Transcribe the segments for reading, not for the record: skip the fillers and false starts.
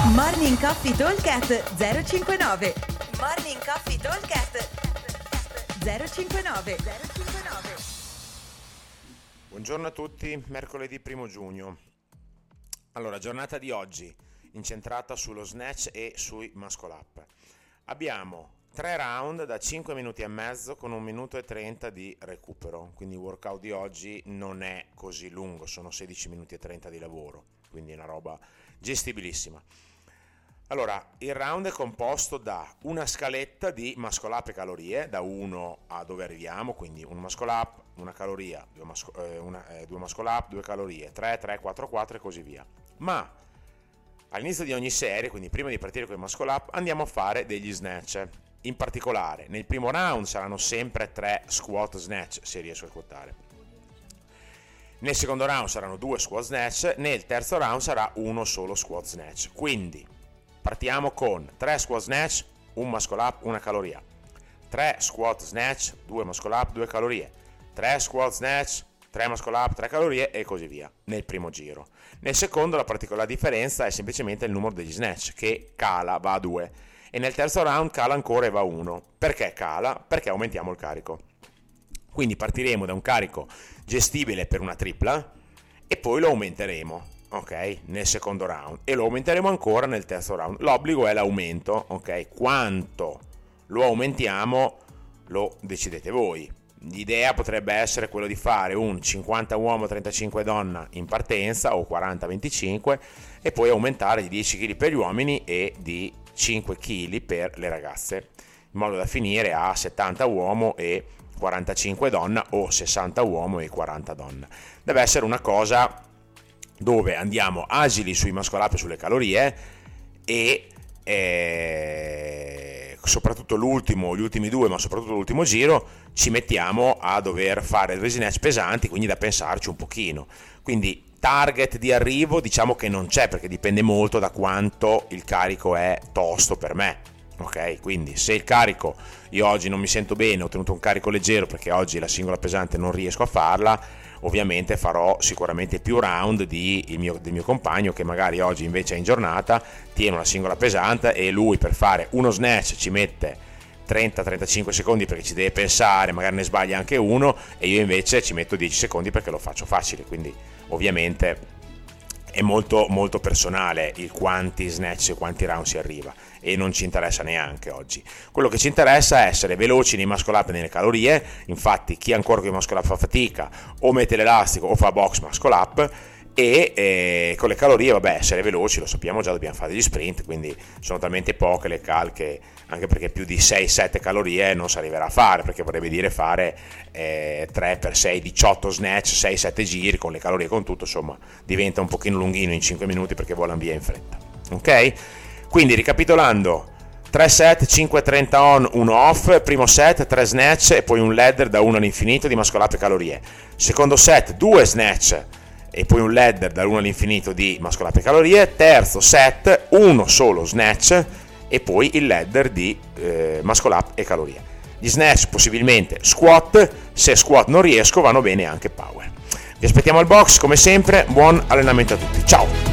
Morning Coffee Talkcast 059. Morning Coffee Talkcast 059. Buongiorno a tutti, mercoledì 1 giugno. Allora, giornata di oggi incentrata sullo snatch e sui muscle up. Abbiamo 3 round da 5 minuti e mezzo con 1 minuto e 30 di recupero, quindi il workout di oggi non è così lungo, sono 16 minuti e 30 di lavoro, quindi è una roba gestibilissima. Allora, il round è composto da una scaletta di muscle up e calorie, da 1 a dove arriviamo, quindi un muscle up, una caloria, due muscle up, 2 calorie, 3, 4, 4 e così via. Ma all'inizio di ogni serie, quindi prima di partire con i muscle up, andiamo a fare degli snatch. In particolare, nel primo round saranno sempre 3 squat snatch, se riesco a squattare. Nel secondo round saranno 2 squat snatch, nel terzo round sarà uno solo squat snatch. Quindi partiamo con 3 squat snatch, un muscle up, una caloria. 3 squat snatch, 2 muscle up, 2 calorie. 3 squat snatch, 3 muscle up, 3 calorie e così via nel primo giro. Nel secondo la particolare differenza è semplicemente il numero degli snatch, che cala, va a 2. E nel terzo round cala ancora e va a 1. Perché cala? Perché aumentiamo il carico. Quindi partiremo da un carico gestibile per una tripla e poi lo aumenteremo, ok, nel secondo round, e lo aumenteremo ancora nel terzo round. L'obbligo è l'aumento, ok? Quanto lo aumentiamo lo decidete voi. L'idea potrebbe essere quello di fare un 50 uomo 35 donna in partenza o 40-25 e poi aumentare di 10 kg per gli uomini e di 5 kg per le ragazze, in modo da finire a 70 uomo e 45 donna o 60 uomo e 40 donna. Deve essere una cosa dove andiamo agili sui muscle up e sulle calorie e soprattutto gli ultimi 2, ma soprattutto l'ultimo giro ci mettiamo a dover fare dei snatch pesanti, quindi da pensarci un pochino. Quindi target di arrivo diciamo che non c'è, perché dipende molto da quanto il carico è tosto per me, ok? Quindi se il carico, io oggi non mi sento bene, ho tenuto un carico leggero perché oggi la singola pesante non riesco a farla, ovviamente farò sicuramente più round del mio compagno, che magari oggi invece è in giornata, tiene una singola pesante e lui per fare uno snatch ci mette 30-35 secondi perché ci deve pensare, magari ne sbaglia anche uno, e io invece ci metto 10 secondi perché lo faccio facile. Quindi ovviamente è molto molto personale il quanti snatch e quanti round si arriva, e non ci interessa neanche oggi. Quello che ci interessa è essere veloci nei muscle up e nelle calorie. Infatti chi ancora con i muscle up fa fatica, o mette l'elastico o fa box muscle up, e con le calorie essere veloci, lo sappiamo già, dobbiamo fare degli sprint, quindi sono talmente poche le calche, anche perché più di 6-7 calorie non si arriverà a fare, perché vorrebbe dire fare 3x6 18 snatch, 6-7 giri con le calorie, con tutto, insomma diventa un pochino lunghino in 5 minuti perché volano via in fretta, ok? Quindi ricapitolando: 3 set, 5-30 on, 1 off. Primo set, 3 snatch e poi un ladder da 1 all'infinito di muscle up e calorie. Secondo set, 2 snatch e poi un ladder da 1 all'infinito di muscle up e calorie. Terzo set, uno solo snatch e poi il ladder di muscle up e calorie. Gli snatch possibilmente squat, se squat non riesco vanno bene anche power. Vi aspettiamo al box come sempre, buon allenamento a tutti, ciao!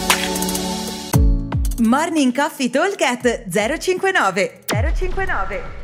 Morning Coffee Talkcast 059.